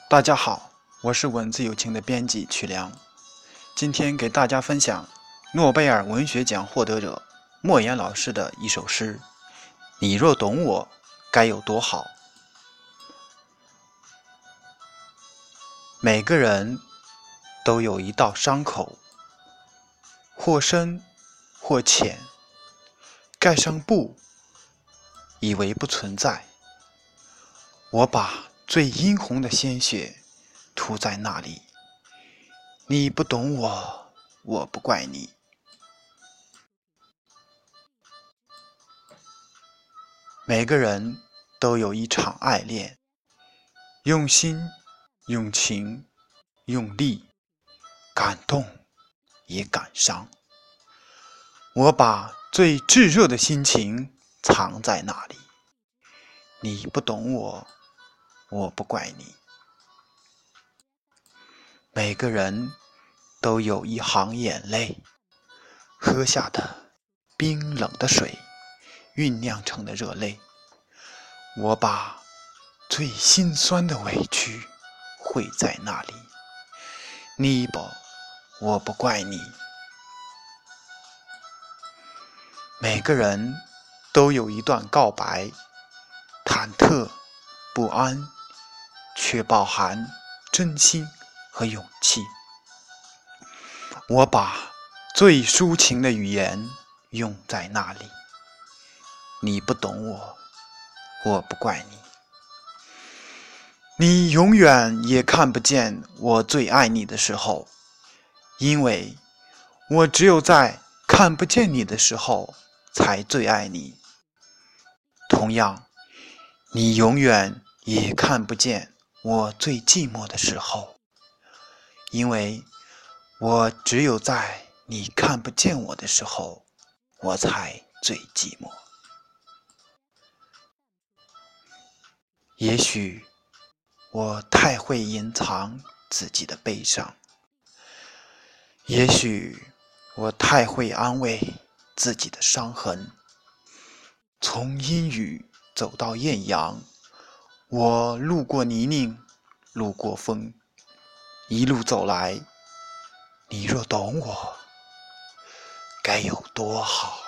大家好，我是文字有情的编辑曲良，今天给大家分享诺贝尔文学奖获得者莫言老师的一首诗：你若懂我，该有多好。每个人都有一道伤口，或深或浅，盖上布，以为不存在。我把最殷红的鲜血涂在那里，你不懂我，我不怪你。每个人都有一场爱恋，用心，用情，用力，感动也感伤。我把最炙热的心情藏在那里，你不懂我，我不怪你。每个人都有一行眼泪，喝下的冰冷的水酝酿成的热泪。我把最心酸的委屈汇在那里，你不，我不怪你。每个人都有一段告白，忐忑不安，却饱含真心和勇气。我把最抒情的语言用在那里，你不懂我，我不怪你。你永远也看不见我最爱你的时候，因为我只有在看不见你的时候才最爱你。同样，你永远也看不见我最寂寞的时候，因为我只有在你看不见我的时候，我才最寂寞。也许我太会隐藏自己的悲伤，也许我太会安慰自己的伤痕。从阴雨走到艳阳，我路过泥泞，路过风，一路走来，你若懂我，该有多好。